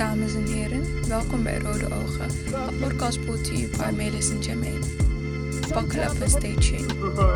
dames en heren. Welkom bij Rode Ogen, een podcast brought to you by Melis en Jermaine. Buckle up and stay tuned.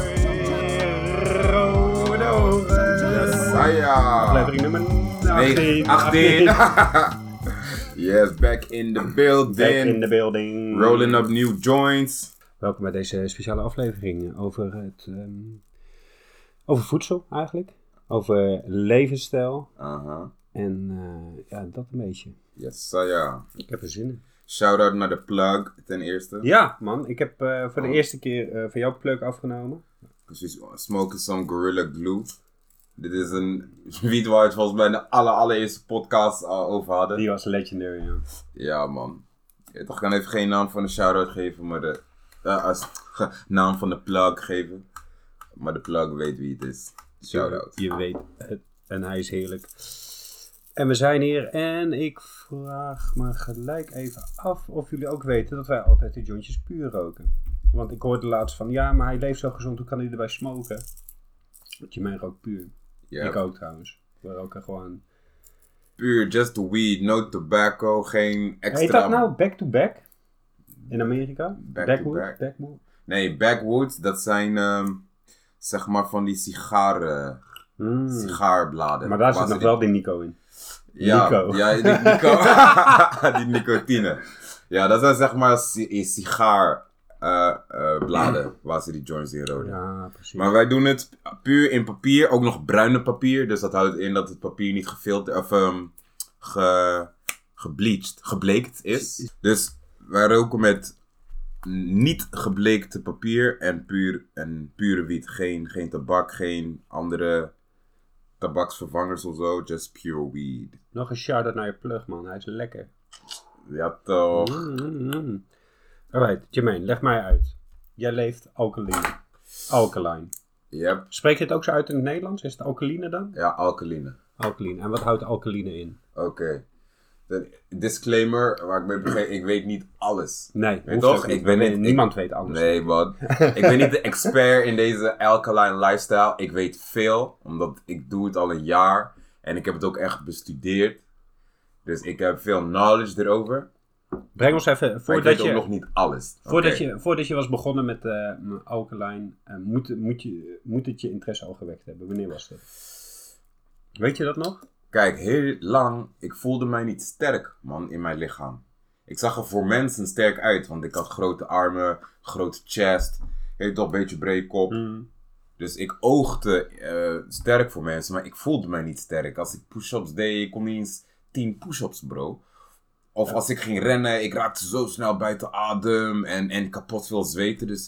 Rode Ogen. Aflevering nummer 18. Yes, back in the building. Back in the building. Rolling up new joints. Welkom bij deze speciale aflevering over over voedsel eigenlijk. Over levensstijl. En dat een beetje. Yes, ja. Ik heb er zin in. Shout-out naar de plug ten eerste. Ja, man. Ik heb voor de eerste keer van jouw plug afgenomen. Because we smoking some Gorilla Glue. Dit is een wiet waar we het volgens mij in de allereerste podcast al over hadden. Die was legendary, ja. Ja, man. Ik kan even geen naam van de shout-out geven, maar de naam van de plug geven. Maar de plug weet wie het is. Shout-out. Je weet het. En hij is heerlijk. En we zijn hier en ik vraag me gelijk even af of jullie ook weten dat wij altijd de jointjes puur roken. Want ik hoorde laatst van, ja, maar hij leeft zo gezond, hoe kan hij erbij smoken? Want je mij rookt puur. Yeah. Ik ook trouwens. We roken gewoon... Puur, just the weed, no tobacco, geen extra... Heet dat nou back-to-back? In Amerika? Back-to-back. Backwood? Nee, backwoods, dat zijn zeg maar van die sigaarbladen. Maar daar zit nog wel die Nico in. Ja, Nico. Ja, die Nico. Die nicotine. Ja, dat zijn zeg maar sigaarbladen waar ze die joints in roden. Ja, precies. Maar wij doen het puur in papier, ook nog bruine papier. Dus dat houdt in dat het papier niet gefilterd of gebleekt is. Dus wij roken met niet gebleekte papier en pure wiet. Geen tabak, geen andere tabaksvervangers of zo. Just pure weed. Nog een shout-out naar je plug, man. Hij is lekker. Ja, toch. Alright, Jermaine, leg mij uit. Jij leeft alkaline. Alkaline. Yep. Spreek je het ook zo uit in het Nederlands? Is het alkaline dan? Ja, alkaline. Alkaline. En wat houdt alkaline in? Oké. Disclaimer, waar ik mee begin, ik weet niet alles. Nee, weet toch? Niemand weet alles. Nee, man. Ik ben niet de expert in deze alkaline lifestyle. Ik weet veel, omdat ik doe het al een jaar. En ik heb het ook echt bestudeerd. Dus ik heb veel knowledge erover. Breng ons even, maar voordat ik weet ook nog niet alles. Voordat je was begonnen met alkaline, moet het je interesse al gewekt hebben. Wanneer was dat? Weet je dat nog? Kijk, heel lang, ik voelde mij niet sterk, man, in mijn lichaam. Ik zag er voor mensen sterk uit, want ik had grote armen, grote chest, toch een beetje brede kop. Dus ik oogde sterk voor mensen, maar ik voelde mij niet sterk. Als ik push-ups deed, ik kon niet eens 10 push-ups, bro. Of als ik ging rennen, ik raakte zo snel buiten adem en kapot veel zweten, dus...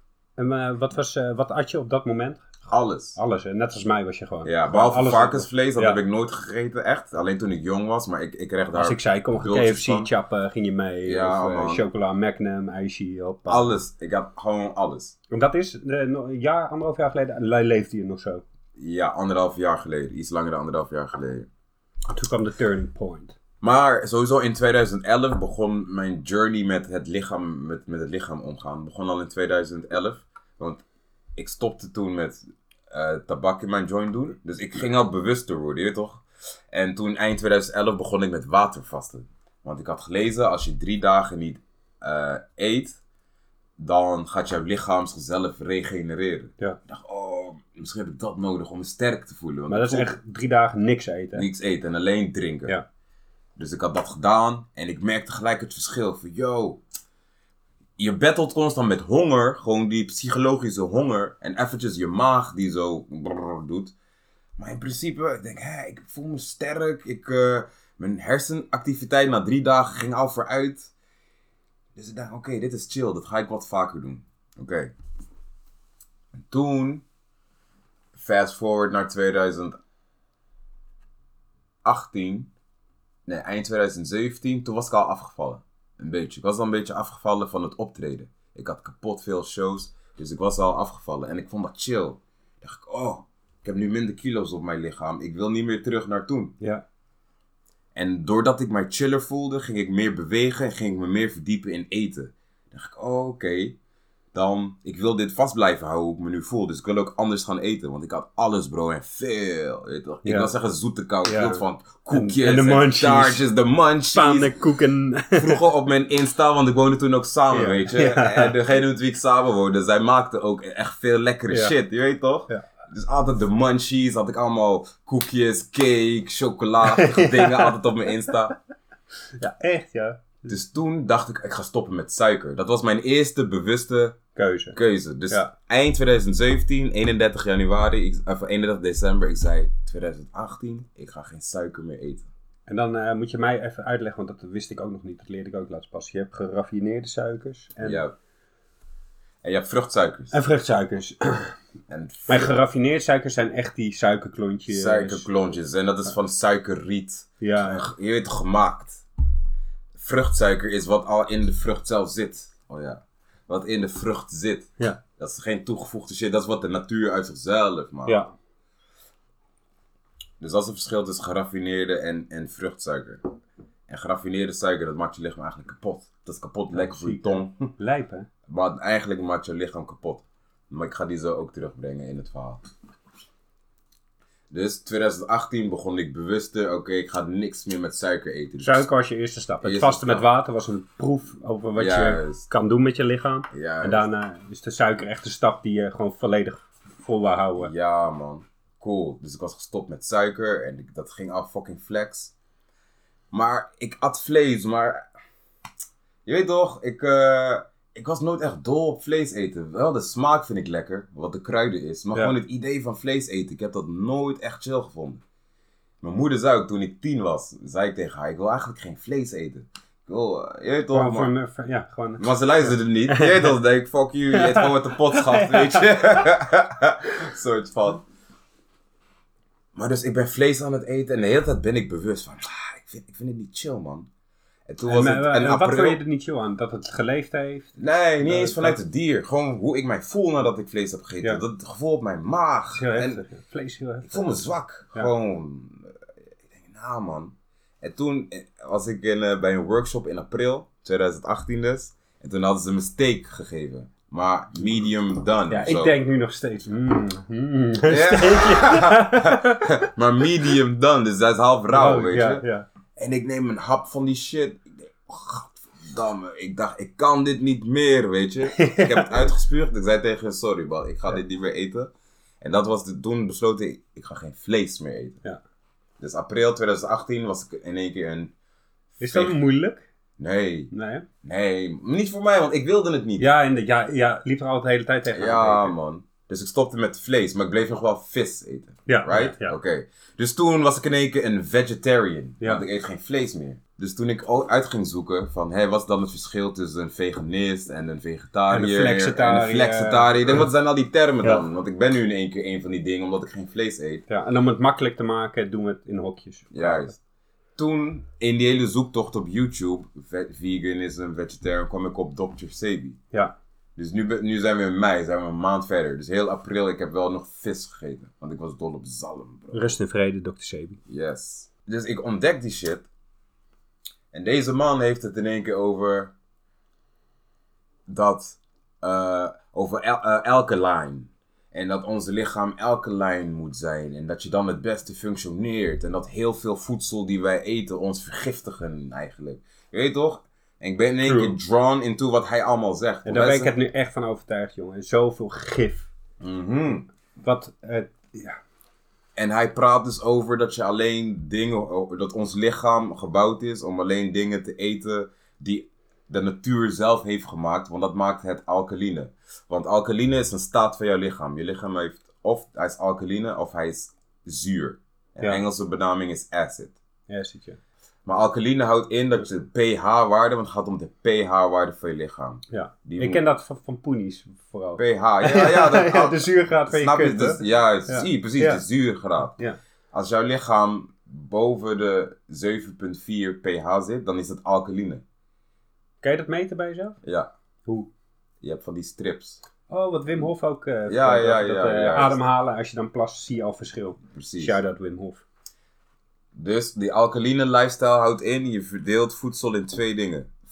En wat at je op dat moment? Alles. Alles, en net als mij was je gewoon. Ja, behalve alles varkensvlees, dat heb ik nooit gegeten, echt. Alleen toen ik jong was, maar ik kreeg daar... Als ik zei, kom KFC chappen, ging je mee. Ja, of chocola, Magnum, ijsje, hoppa. Alles. Ik had gewoon alles. En dat is, anderhalf jaar geleden, leefde je nog zo? Ja, 1,5 jaar geleden. Iets langer dan 1,5 jaar geleden. En toen kwam de turning point. Maar sowieso in 2011 begon mijn journey met het lichaam omgaan. Begon al in 2011. Want ik stopte toen met tabak in mijn joint doen. Dus ik ging al bewuster worden, je weet toch? En toen eind 2011 begon ik met watervasten. Want ik had gelezen, als je 3 dagen niet eet, dan gaat jouw lichaam zichzelf regenereren. Ja. Ik dacht, misschien heb ik dat nodig om me sterk te voelen. Want maar dat is echt 3 dagen niks eten. Niks eten en alleen drinken. Ja. Dus ik had dat gedaan en ik merkte gelijk het verschil. Van, je battelt constant met honger. Gewoon die psychologische honger. En eventjes je maag die zo doet. Maar in principe, ik denk, ik voel me sterk. Mijn hersenactiviteit na 3 dagen ging al vooruit. Dus ik dacht, oké, dit is chill. Dat ga ik wat vaker doen. Oké. En toen, fast forward naar 2018. Nee, eind 2017. Toen was ik al afgevallen. Een beetje. Ik was al een beetje afgevallen van het optreden. Ik had kapot veel shows. Dus ik was al afgevallen. En ik vond dat chill. Toen dacht ik, ik heb nu minder kilo's op mijn lichaam. Ik wil niet meer terug naar toen. Ja. En doordat ik mij chiller voelde, ging ik meer bewegen en ging ik me meer verdiepen in eten. Toen dacht ik, oké. dan... Ik wil dit vast blijven houden hoe ik me nu voel. Dus ik wil ook anders gaan eten. Want ik had alles, bro. En veel. Weet je toch? Ik wil zeggen zoete kou. Ik hield van koekjes en de munchies. taartjes, de munchies. Pannenkoeken. Vroeger op mijn Insta, want ik woonde toen ook samen, weet je. Ja. En degene met wie ik samen woonde, zij maakte ook echt veel lekkere shit. Je weet toch? Ja. Dus altijd de munchies, had ik allemaal koekjes, cake, chocolade, dingen altijd op mijn Insta. Ja, echt ja. Dus toen dacht ik ga stoppen met suiker. Dat was mijn eerste bewuste keuze. Dus eind 2017, 31 januari, of 31 december, ik zei 2018, ik ga geen suiker meer eten. En dan moet je mij even uitleggen, want dat wist ik ook nog niet. Dat leerde ik ook laatst pas. Je hebt geraffineerde suikers. En je hebt vruchtsuikers. En vruchtsuikers. Maar geraffineerde suikers zijn echt die suikerklontjes. Suikerklontjes. En dat is van suikerriet. Ja. Je weet gemaakt. Vruchtsuiker is wat al in de vrucht zelf zit. Oh ja. Wat in de vrucht zit. Ja. Dat is geen toegevoegde shit. Dat is wat de natuur uit zichzelf maakt. Ja. Dus dat is het verschil tussen geraffineerde en vruchtsuiker. En geraffineerde suiker, dat maakt je lichaam eigenlijk kapot. Dat is kapot lekker voor je tong. Lijp, hè? Maar eigenlijk maakt je lichaam kapot. Maar ik ga die zo ook terugbrengen in het verhaal. Dus 2018 begon ik bewuster, oké, ik ga niks meer met suiker eten. Dus Suiker was je eerste stap. Het vasten met water was een proef over wat je kan doen met je lichaam. Juist. En daarna is de suiker echt de stap die je gewoon volledig vol wil houden. Ja, man. Cool. Dus ik was gestopt met suiker en dat ging af fucking flex. Maar ik at vlees, maar... Je weet toch, ik was nooit echt dol op vlees eten. Wel, de smaak vind ik lekker, wat de kruiden is. Maar gewoon het idee van vlees eten, ik heb dat nooit echt chill gevonden. Mijn moeder zei ook, toen ik 10 was, zei ik tegen haar, ik wil eigenlijk geen vlees eten. Ik wil, je weet toch, gewoon... Maar ze luisterde niet. Je weet toch, dan denk ik, fuck you, je eet gewoon met de potschap, weet je. Soort van. Maar dus ik ben vlees aan het eten en de hele tijd ben ik bewust van, ik vind het niet chill, man. En toen was het een wat april... vind je er niet chill aan? Dat het geleefd heeft? Nee, niet eens vanuit het dier. Gewoon hoe ik mij voel nadat ik vlees heb gegeten. Ja. Dat gevoel op mijn maag. Heel heftig. Vlees heel heftig. Ik voel me zwak. Ja. Gewoon. Ik denk, man. En toen was ik bij een workshop in april 2018 dus. En toen hadden ze me steak gegeven. Maar medium done. Ja, ik denk nu nog steeds. Maar medium done, dus dat is half rauw, weet je. Ja. En ik neem een hap van die shit. Ik denk, godverdamme. Ik dacht, ik kan dit niet meer, weet je. Ik heb het uitgespuugd. Ik zei tegen hem, sorry man, ik ga dit niet meer eten. En dat was toen besloten, ik ga geen vlees meer eten. Ja. Dus april 2018 was ik in één keer een... Is dat moeilijk? Nee. Nee, nee, niet voor mij, want ik wilde het niet. Ja, liep er al de hele tijd tegen. Ja, man. Dus ik stopte met vlees, maar ik bleef nog wel vis eten. Ja. Right? Ja. Oké. Dus toen was ik in één keer een vegetarian. Ja. Want ik eet geen vlees meer. Dus toen ik uit ging zoeken van, wat is dan het verschil tussen een veganist en een vegetariër? En een flexitariër. Ik denk, wat zijn al die termen dan? Want ik ben nu in één keer een van die dingen, omdat ik geen vlees eet. Ja, en om het makkelijk te maken, doen we het in hokjes. Juist. Toen, in die hele zoektocht op YouTube, veganism, vegetarian, kwam ik op Dr. Sebi. Ja. Dus nu zijn we in mei, zijn we een maand verder. Dus heel april, ik heb wel nog vis gegeten. Want ik was dol op zalm, bro. Rust en vrede, Dr. Sebi. Yes. Dus ik ontdek die shit. En deze man heeft het in één keer over... alkaline. En dat ons lichaam alkaline moet zijn. En dat je dan het beste functioneert. En dat heel veel voedsel die wij eten ons vergiftigen eigenlijk. Je weet toch? En ik ben in één keer drawn into wat hij allemaal zegt. En daar ben ik het nu echt van overtuigd, jongen. Zoveel gif. Mm-hmm. Ja. En hij praat dus over dat je alleen dat ons lichaam gebouwd is om alleen dingen te eten die de natuur zelf heeft gemaakt. Want dat maakt het alkaline. Want alkaline is een staat van jouw lichaam. Je lichaam heeft of hij is alkaline of hij is zuur. En de Engelse benaming is acid. Acid, ja. Maar alkaline houdt in dat je de pH-waarde, want het gaat om de pH-waarde van je lichaam. Ja, ik ken dat van poenies vooral. pH, ja. De zuurgraad van je snap kut, je? Juist, zie precies, de zuurgraad. Ja. Als jouw lichaam boven de 7,4 pH zit, dan is het alkaline. Kan je dat meten bij jezelf? Ja. Hoe? Je hebt van die strips. Oh, wat Wim Hof ook ja. ademhalen, als je dan plast, zie je al verschil. Precies. Shout-out Wim Hof. Dus die alkaline lifestyle houdt in, je verdeelt voedsel in 2 dingen.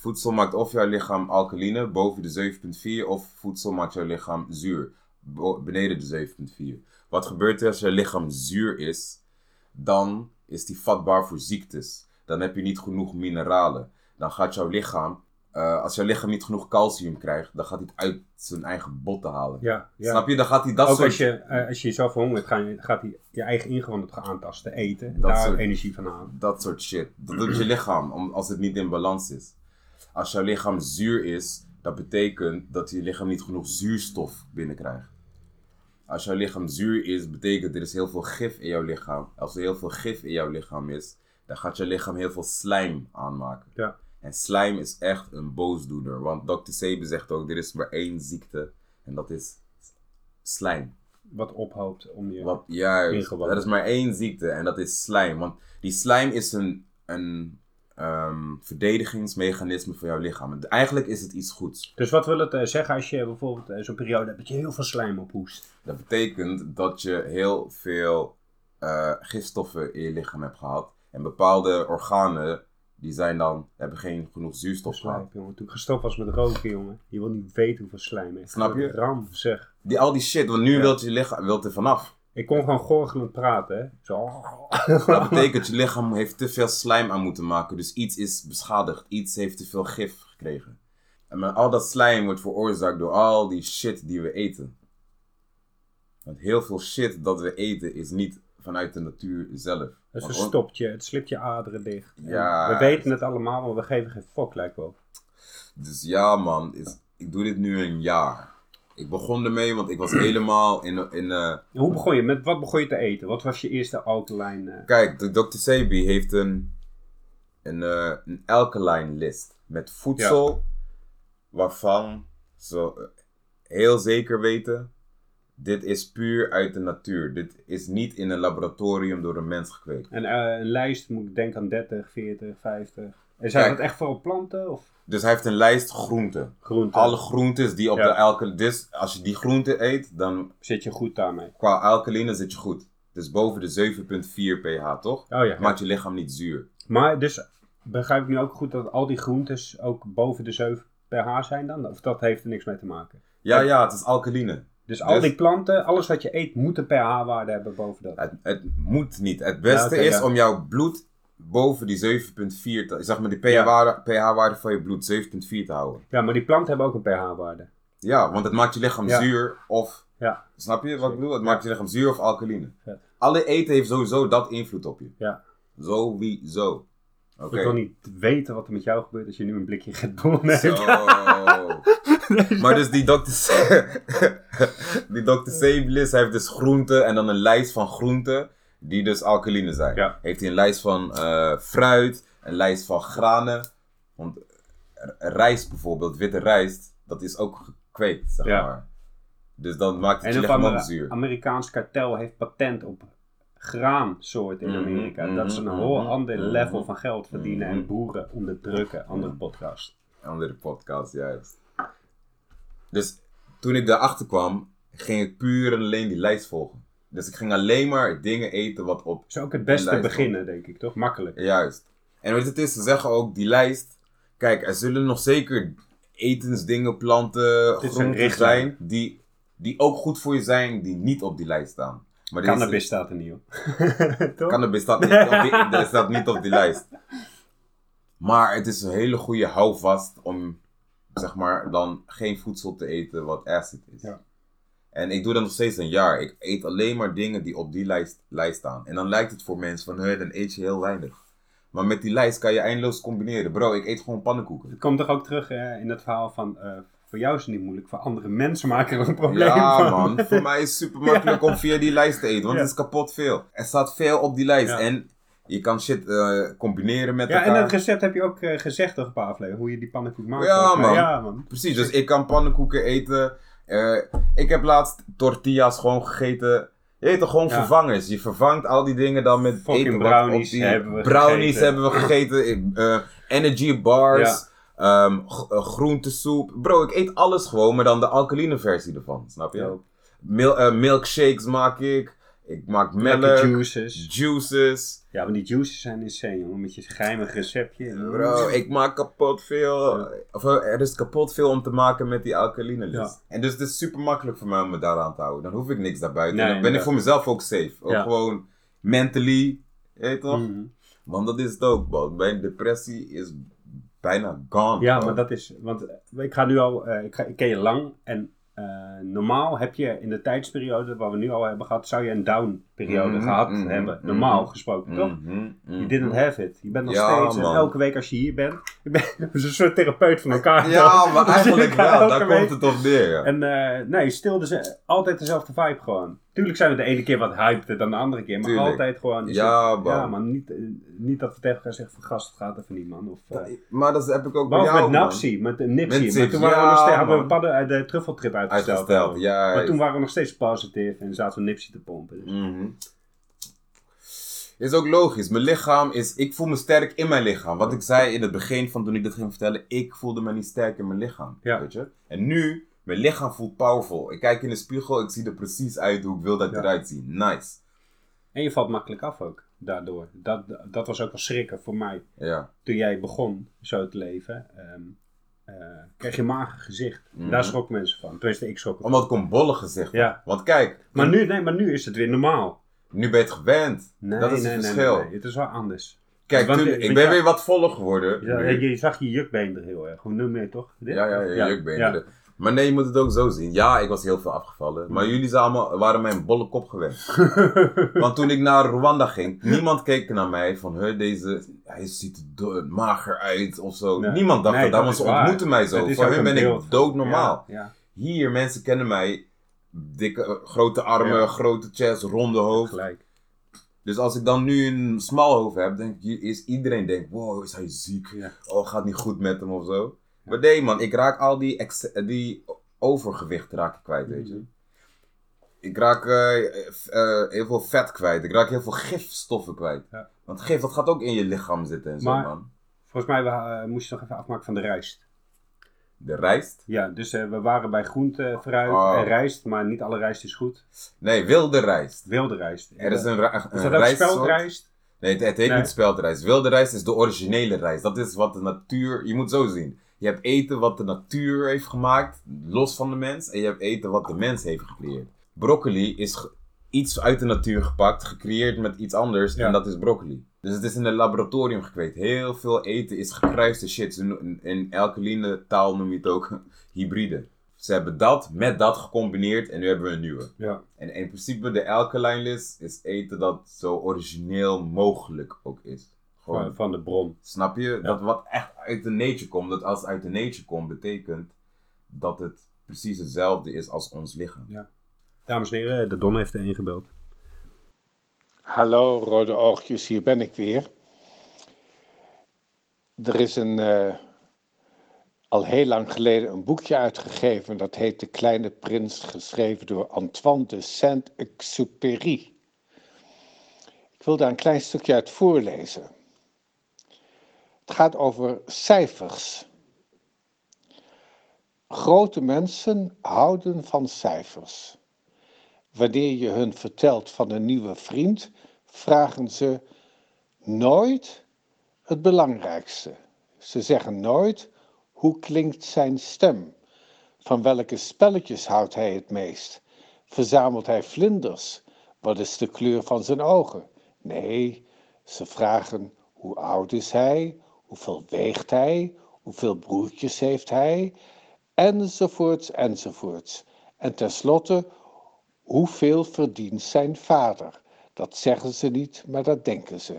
Voedsel maakt of jouw lichaam alkaline boven de 7,4 of voedsel maakt jouw lichaam zuur beneden de 7,4. Wat gebeurt er als je lichaam zuur is? Dan is die vatbaar voor ziektes. Dan heb je niet genoeg mineralen. Dan gaat jouw lichaam, als jouw lichaam niet genoeg calcium krijgt, dan gaat hij het uit zijn eigen botten halen. Ja. Snap je? Dan gaat hij dat Ook soort... als je jezelf verhongert, gaat hij je eigen ingewanden aantasten, eten. Dat Daar soort- energie van halen. Dat soort shit. Dat doet je lichaam als het niet in balans is. Als jouw lichaam zuur is, dat betekent dat je lichaam niet genoeg zuurstof binnenkrijgt. Als jouw lichaam zuur is, betekent er is heel veel gif in jouw lichaam. Als er heel veel gif in jouw lichaam is, dan gaat je lichaam heel veel slijm aanmaken. Ja. En slijm is echt een boosdoener. Want Dr. Sebi zegt ook, er is maar één ziekte. En dat is slijm. Wat ophoopt om je... Juist, ingewanden. er is maar één ziekte en dat is slijm. Want die slijm is een verdedigingsmechanisme voor jouw lichaam. En eigenlijk is het iets goeds. Dus wat wil het zeggen als je bijvoorbeeld zo'n periode hebt dat je heel veel slijm ophoest? Dat betekent dat je heel veel gifstoffen in je lichaam hebt gehad. En bepaalde organen, die hebben geen genoeg zuurstof gehad. Slijm, jongen. Toen ik gestopt was met roken, jongen. Je wil niet weten hoeveel slijm heeft. Snap je? Ram, zeg. Al die shit, want nu Ja. wilt je lichaam er vanaf. Ik kon gewoon gorgelend praten, hè. Zo. Dat betekent je lichaam heeft te veel slijm aan moeten maken. Dus iets is beschadigd. Iets heeft te veel gif gekregen. En al dat slijm wordt veroorzaakt door al die shit die we eten. Want heel veel shit dat we eten is niet vanuit de natuur zelf. Het Want- verstopt je, het slipt je aderen dicht. Ja. We weten het allemaal, maar we geven geen fuck, lijkt wel. Dus ja man, ik doe dit nu een jaar. Ik begon ermee, want ik was helemaal in En hoe begon je? Met wat begon je te eten? Wat was je eerste alkaline? Kijk, de Dr. Sebi heeft een alkaline list. Met voedsel waarvan ze heel zeker weten, dit is puur uit de natuur. Dit is niet in een laboratorium door een mens gekweekt. En een lijst, moet ik denken aan 30, 40, 50. En zijn Kijk. dat echt vooral planten of Dus hij heeft een lijst groenten. groenten? Alle groentes die op Ja. de alkaline... Dus als je die groenten eet, dan Zit je goed daarmee? qua alkaline zit je goed. Dus boven de 7,4 pH, toch? Oh ja. Maakt je lichaam niet zuur. Maar dus begrijp ik nu ook goed dat al die groentes ook boven de 7 pH zijn dan? Of dat heeft er niks mee te maken? Ja, het is alkaline. Dus al Dus- die planten, alles wat je eet, moet een pH-waarde hebben boven dat. Het moet niet. Het beste Ja, oké, is ja. om jouw bloed boven die 7,4 te... Zeg maar die Ja. pH-waarde van je bloed 7,4 te houden. Ja, maar die planten hebben ook een pH-waarde. Ja, want het maakt je lichaam Ja. zuur of... Ja. Snap je wat ik bedoel? Het maakt je lichaam zuur of alkaline. Vet. Alle eten heeft sowieso dat invloed op je. Ja. Sowieso. Oké. Ik wil niet weten wat er met jou gebeurt als je nu een blikje Red Bull neemt. Zo. Maar dus die Dr. Sebi-list heeft dus groenten en dan een lijst van groenten die dus alkaline zijn. Ja. Heeft hij een lijst van fruit, een lijst van granen. Want rijst bijvoorbeeld, witte rijst, dat is ook gekweekt, zeg Ja. maar. Dus dan maakt het En je een lichaam ook ander zuur. Amerikaans kartel heeft patent op graansoorten in Mhm, Amerika. Dat ze een mhm, heel mhm, ander mhm. level van geld verdienen en Mhm. boeren onderdrukken. Andere podcast. Andere podcast, juist. Dus toen ik daarachter kwam, ging ik puur en alleen die lijst volgen. Dus ik ging alleen maar dingen eten wat op... Is ook het beste lijst beginnen, denk ik, toch? Makkelijk. Juist. En weet je, het is, ze zeggen ook, die lijst... Kijk, er zullen nog zeker etensdingen, planten, Dit is een groenten richtlijn. zijn... Die ook goed voor je zijn, die niet op die lijst staan. Maar dit is- Cannabis staat er niet op. Toch? Cannabis staat staat niet op die lijst. Maar het is een hele goede houvast om, zeg maar, dan geen voedsel te eten wat acid is. Ja. En ik doe dat nog steeds een jaar. Ik eet alleen maar dingen die op die lijst staan. En dan lijkt het voor mensen van, dan eet je heel weinig. Maar met die lijst kan je eindeloos combineren. Bro, ik eet gewoon pannenkoeken. Het komt toch ook terug in het verhaal van... voor jou is het niet moeilijk, voor andere mensen maken er een probleem Ja van. man, voor mij is het super makkelijk om via die lijst te eten. Want Ja. het is kapot veel. Er staat veel op die lijst. Ja. En je kan shit combineren met Ja, elkaar. en het recept heb je ook gezegd toch een paar afleveringen, hoe je die pannenkoek maakt. Ja, ook. man. Ja, man. Precies, dus ik kan pannenkoeken eten. Ik heb laatst tortillas gewoon gegeten. Je eet toch gewoon Ja. vervangers. Je vervangt al die dingen dan met Fucking eten wat brownies op die... hebben we Brownies gegeten. hebben we gegeten. Energy bars. Groentesoep. Bro, ik eet alles gewoon, maar dan de alkaline versie ervan. Snap je? Dope. Milkshakes maak ik. Ik maak Lekker melk, juices. Ja, Ja, maar die juices zijn insane, jongen. Met je geheimig receptje. bro, ik maak kapot veel. Ja. Of er is kapot veel om te maken met die alkaline list. Ja. En dus het is super makkelijk voor mij om me daaraan te houden. Dan hoef ik niks daarbuiten. Nee, En dan ben ik inderdaad. voor mezelf ook safe. Ook Ja. gewoon mentally. Weet je toch? Mhm. Want dat is het ook, man. Mijn depressie is bijna gone. Ja, bro. maar dat is... Want ik ga nu al... ik ken je lang. En normaal heb je in de tijdsperiode waar we nu al hebben gehad... Zou je een down-periode gehad hebben. Normaal gesproken, toch? You didn't have it. Je bent nog Ja, steeds... En man. elke week als je hier bent... Je bent een soort therapeut van elkaar. Ja, toch? maar Dus eigenlijk je kan wel. elke Daar week- komt het op neer. Ja. En nee, stil altijd dezelfde vibe gewoon. Tuurlijk zijn we de ene keer wat hyped dan de andere keer. Maar Tuurlijk. altijd gewoon... is Ja, het- man. ja, maar niet dat we tegen elkaar zeggen van gast, het gaat even niet, man. Of, Maar dat heb ik ook bij behalve jou, met man. Napsi, met Nipsey. Met Maar Zips, toen waren we ja, nog steeds, hadden we man. padden de truffeltrip uitgesteld. Uitgesteld, ja. Maar toen waren we nog steeds positief en zaten we Nipsey te pompen. Dus. Mhm. Is ook logisch. Mijn lichaam is... Ik voel me sterk in mijn lichaam. Wat ik zei in het begin van toen ik dit ging vertellen. Ik voelde me niet sterk in mijn lichaam. Ja. Weet je? En nu, mijn lichaam voelt powerful. Ik kijk in de spiegel. Ik zie er precies uit hoe ik wil dat ik Ja. eruit zie. Nice. En je valt makkelijk af ook, daardoor. Dat was ook wel schrikken voor mij. Ja. Toen jij begon zo te leven, kreeg je een mager gezicht. Mhm. Daar schrok mensen van. Tenminste, ik schrok ervan. Omdat ik een bolle gezicht heb. Ja. Want kijk. Maar nu is het weer normaal. Nu ben je het gewend. Nee, dat is nee, het nee, verschil. nee. Het is wel anders. Kijk, Want- ik want ben ja- weer wat voller geworden. Ja, nu. je zag je jukbeen er heel erg. Hoe noem je het toch? Dit? Ja, jukbenen. Ja. Maar nee, je moet het ook zo zien. Ja, ik was heel veel afgevallen. Maar jullie waren mijn bolle kop gewend. Want toen ik naar Rwanda ging, niemand keek naar mij van, hij ziet er mager uit of zo. Nee. Niemand dacht Nee, dat, dat want is ze waar. ontmoeten mij Het zo. is Voor ook hun een ben beeld ik van- doodnormaal. Ja, Hier, mensen kennen mij. Dikke, grote armen, Ja. grote chest, ronde ja, hoofd. gelijk. Dus als ik dan nu een smal hoofd heb, denk ik, iedereen denkt, wow, is hij ziek? Ja. Oh, gaat niet goed met hem of zo. Maar nee man, ik raak al die overgewicht raak ik kwijt, weet je. Mhm. Ik raak heel veel vet kwijt. Ik raak heel veel gifstoffen kwijt. Ja. Want gif, dat gaat ook in je lichaam zitten en zo, Maar- man. Volgens mij moest je nog even afmaken van de rijst. De rijst? Ja, dus we waren bij groente, fruit Oh. en rijst, maar niet alle rijst is goed. Nee, wilde rijst. Wilde rijst. Er is een Is dat ook rijstsoort. speldrijst? Nee, het heet Nee. niet speldrijst. Wilde rijst is de originele rijst. Dat is wat de natuur... Je moet zo zien. Je hebt eten wat de natuur heeft gemaakt, los van de mens. En je hebt eten wat de mens heeft gecreëerd. Broccoli is iets uit de natuur gepakt, gecreëerd met iets anders. Ja. En dat is broccoli. Dus het is in een laboratorium gekweekt. Heel veel eten is gekruiste shit. In alkaline taal noem je het ook hybride. Ze hebben dat met dat gecombineerd en nu hebben we een nieuwe. Ja. En in principe de alkaline list is eten dat zo origineel mogelijk ook is. Gewoon, Van de bron. snap je? Dat wat echt uit de nature komt. Dat als het uit de nature komt, betekent dat het precies hetzelfde is als ons lichaam. Dames en heren, de Don heeft er ingebeld. Hallo rode oogjes, hier ben ik weer. Er is al heel lang geleden een boekje uitgegeven, dat heet De Kleine Prins, geschreven door Antoine de Saint-Exupéry. Ik wil daar een klein stukje uit voorlezen. Het gaat over cijfers. Grote mensen houden van cijfers. Wanneer je hun vertelt van een nieuwe vriend, vragen ze nooit het belangrijkste. Ze zeggen nooit, hoe klinkt zijn stem? Van welke spelletjes houdt hij het meest? Verzamelt hij vlinders? Wat is de kleur van zijn ogen? Nee, ze vragen, hoe oud is hij? Hoeveel weegt hij? Hoeveel broertjes heeft hij? Enzovoorts, enzovoorts. En tenslotte, hoeveel verdient zijn vader? Dat zeggen ze niet, maar dat denken ze.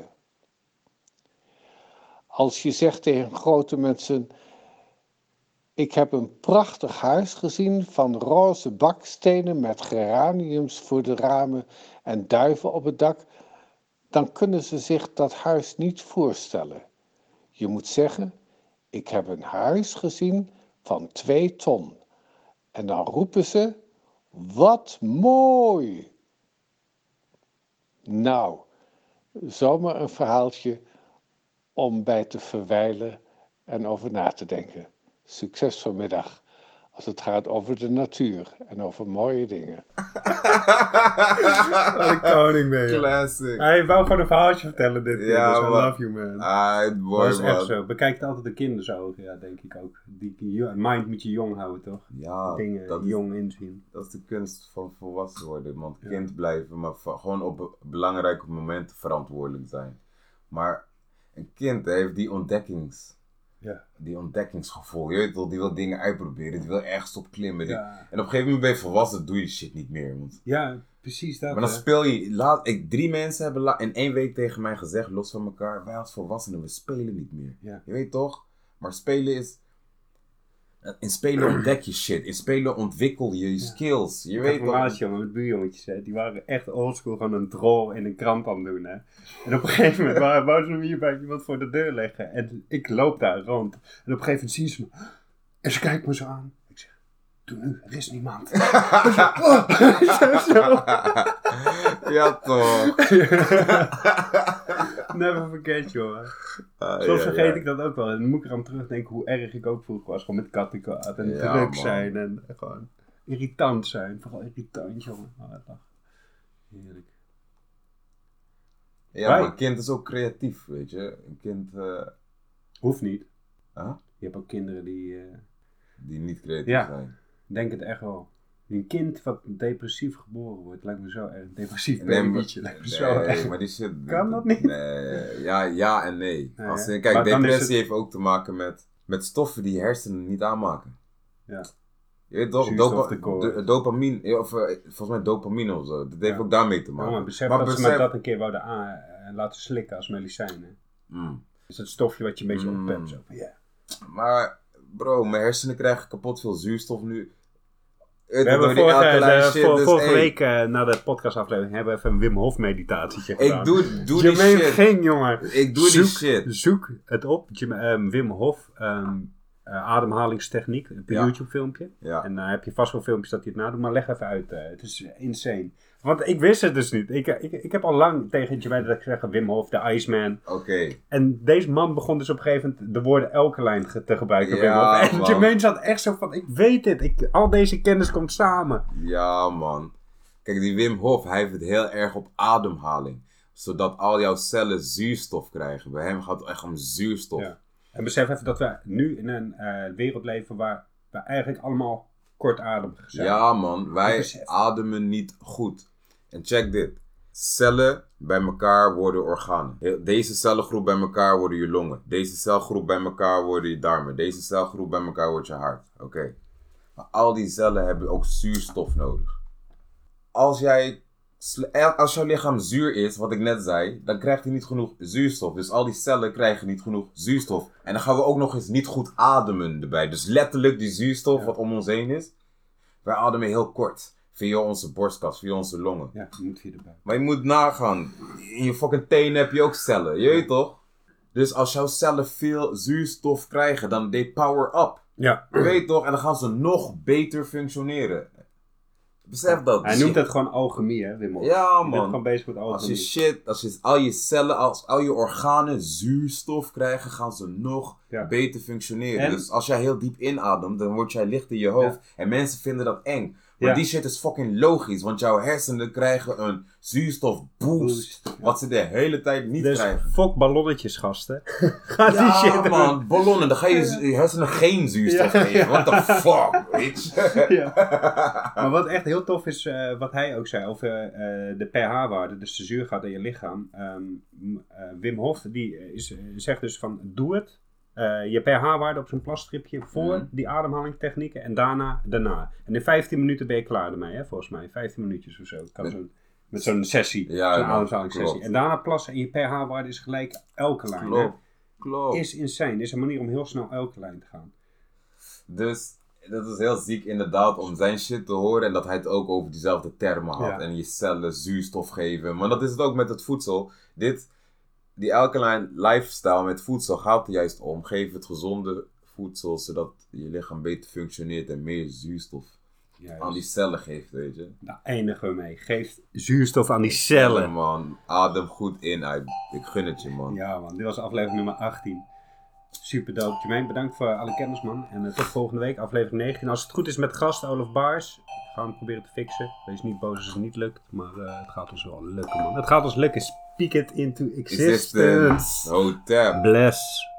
Als je zegt tegen grote mensen, ik heb een prachtig huis gezien van roze bakstenen met geraniums voor de ramen en duiven op het dak, dan kunnen ze zich dat huis niet voorstellen. Je moet zeggen, ik heb een huis gezien van 2 ton. En dan roepen ze, wat mooi! Nou, zomaar een verhaaltje om bij te verwijlen en over na te denken. Succes vanmiddag. als het gaat over de natuur en over mooie dingen. Wat een koning ben je. Classic. Hij wou gewoon een verhaaltje vertellen dit keer. Ja, Dus I man. love you, man. Ah, mooi, Dat is echt man. zo. Bekijk het altijd de kindersogen, ja, denk ik ook. Die mind moet je jong houden, toch? Ja, Dingen dat is, jong inzien. dat is de kunst van volwassen worden. Want Ja. kind blijven, maar gewoon op belangrijke momenten verantwoordelijk zijn. Maar een kind heeft die die ontdekkingsgevoel. Je weet wel, die wil dingen uitproberen. Die wil ergens op klimmen. Ja. En op een gegeven moment ben je volwassen, doe je shit niet meer. Want... Ja, precies dat. Maar dan hè. speel je... 3 mensen hebben in 1 week tegen mij gezegd, los van elkaar, wij als volwassenen, we spelen niet meer. Ja. Je weet toch? Maar spelen is... In spelen ontdek je shit. In spelen ontwikkel je skills. Je Ik weet had een maatje, toch? jongen, met buurjongetjes, hè. Die waren echt oldschool gewoon een draw in een krant aan het doen, hè. En op een gegeven moment wou ze hem hier bij iemand voor de deur leggen. En ik loop daar rond. En op een gegeven moment zien ze me. En ze kijkt me zo aan. Ik zeg, doe nu, er is niemand. Zo. Ja toch. Never forget, jongen. Ah, Soms ja, vergeet ja. ik dat ook wel. En dan moet ik eraan terugdenken hoe erg ik ook vroeger was. Gewoon met kattenkwaad en Ja, druk man. zijn en gewoon irritant zijn. Vooral irritant, jongen. Oh, dat heerlijk. Ja, maar een kind is ook creatief, weet je. Een kind Hoeft niet. huh? Je hebt ook kinderen die die niet creatief Ja. zijn. denken het echt wel. Een kind wat depressief geboren wordt, lijkt me zo erg. Depressief Nee, babytje, lijkt me zo nee, erg. maar die shit... Kan dat niet? Nee, ja en nee. Nee, Als, hè? kijk, Maar dan is depressie het- heeft ook te maken met stoffen die je hersenen niet aanmaken. Ja. Je weet toch, Zuurstoftekort. dopamine, of volgens mij dopamine of zo. Dat heeft Ja. ook daarmee te Ja, maken. maar besef dat ze me dat een keer wouden laten slikken als medicijn. Hè. Mm. Dus dat stofje wat je een beetje oppept. Zo van, ja. Maar bro, mijn hersenen krijgen kapot veel zuurstof nu. We hebben Door die vorige, alkaline shit, dus, vorige hey, week na de podcastaflevering hebben we even een Wim Hof meditatietje gedaan. Ik doe die Jermaine shit. ging, jongen. Ik doe die shit. Zoek het op. Wim Hof. Ademhalingstechniek. Een Ja. YouTube filmpje. Ja. En dan heb je vast wel filmpjes dat hij het nadoet. Maar leg even uit. Het is insane. Want ik wist het dus niet. Ik heb al lang tegen Jermaine dat ik zeg Wim Hof, de Iceman. Oké. En deze man begon dus op een gegeven moment de woorden Alkaline te gebruiken. Ja, Wim Hof. En man. Jermaine zat echt zo van, ik weet dit. Al deze kennis komt samen. Ja, man. Kijk, die Wim Hof, hij heeft het heel erg op ademhaling. Zodat al jouw cellen zuurstof krijgen. Bij hem gaat het echt om zuurstof. Ja. En besef even dat we nu in een wereld leven waar we eigenlijk allemaal kortademig zijn. Ja, man. Wij besef. ademen niet goed. En check dit. Cellen bij elkaar worden organen. Deze cellengroep bij elkaar worden je longen. Deze celgroep bij elkaar worden je darmen. Deze celgroep bij elkaar wordt je hart. Oké. Maar al die cellen hebben ook zuurstof nodig. Als jouw lichaam zuur is, wat ik net zei, dan krijgt hij niet genoeg zuurstof. Dus al die cellen krijgen niet genoeg zuurstof. En dan gaan we ook nog eens niet goed ademen erbij. Dus letterlijk die zuurstof wat om ons heen is. Wij ademen heel kort. Via onze borstkas, via onze longen. Ja, die moet je erbij. Maar je moet nagaan. In je fucking tenen heb je ook cellen. Je weet toch? Dus als jouw cellen veel zuurstof krijgen, dan they power up. Ja. Je weet toch? En dan gaan ze nog beter functioneren. Besef dat. Hij noemt het gewoon alchemie, hè, Wim Hof. Ja, Je bent man. gewoon bezig met Als alchemie. je al je cellen, als al je organen zuurstof krijgen, gaan ze nog Ja. beter functioneren. En- Dus als jij heel diep inademt, dan word jij licht in je hoofd. En mensen vinden dat eng. Maar Ja. die shit is fucking logisch, want jouw hersenen krijgen een zuurstofboost. Wat ze de hele tijd niet Dus krijgen. fok ballonnetjes, gasten. Ga die Ja, shit doen. man, ballonnen, dan ga je hersenen geen zuurstof Ja, geven. ja. What the fuck, bitch? Ja. Maar wat echt heel tof is, wat hij ook zei over de pH-waarde, dus de zuurgraad in je lichaam. Wim Hof die zegt dus van, doe het. Je pH-waarde op zo'n plasstripje voor Mhm. die ademhalingstechnieken en daarna. En in 15 minuten ben je klaar ermee, hè, volgens mij. 15 minuutjes of zo. Met zo'n sessie, Ja, zo'n man, ademhalingssessie. klopt. En daarna plassen en je pH-waarde is gelijk elke lijn. Klopt. Is insane. Is een manier om heel snel elke lijn te gaan. Dus dat is heel ziek inderdaad om zijn shit te horen en dat hij het ook over diezelfde termen had. Ja. En je cellen zuurstof geven. Maar dat is het ook met het voedsel. Die alkaline lifestyle met voedsel gaat er juist om. Geef het gezonde voedsel zodat je lichaam beter functioneert en meer zuurstof aan die cellen geeft, weet je. Daar eindigen we mee. Geef zuurstof aan die cellen. Ja, man, adem goed in uit. Ik gun het je, man. Ja man, dit was aflevering nummer 18. Super dope. Jermaine, bedankt voor alle kennis, man. En tot volgende week, aflevering 19. Als het goed is met gast Olaf Baars, gaan we het proberen te fixen. Wees niet boos als het niet lukt, maar het gaat ons wel lukken, man. Het gaat ons lukken. Speak it into existence. Hotep. Bless.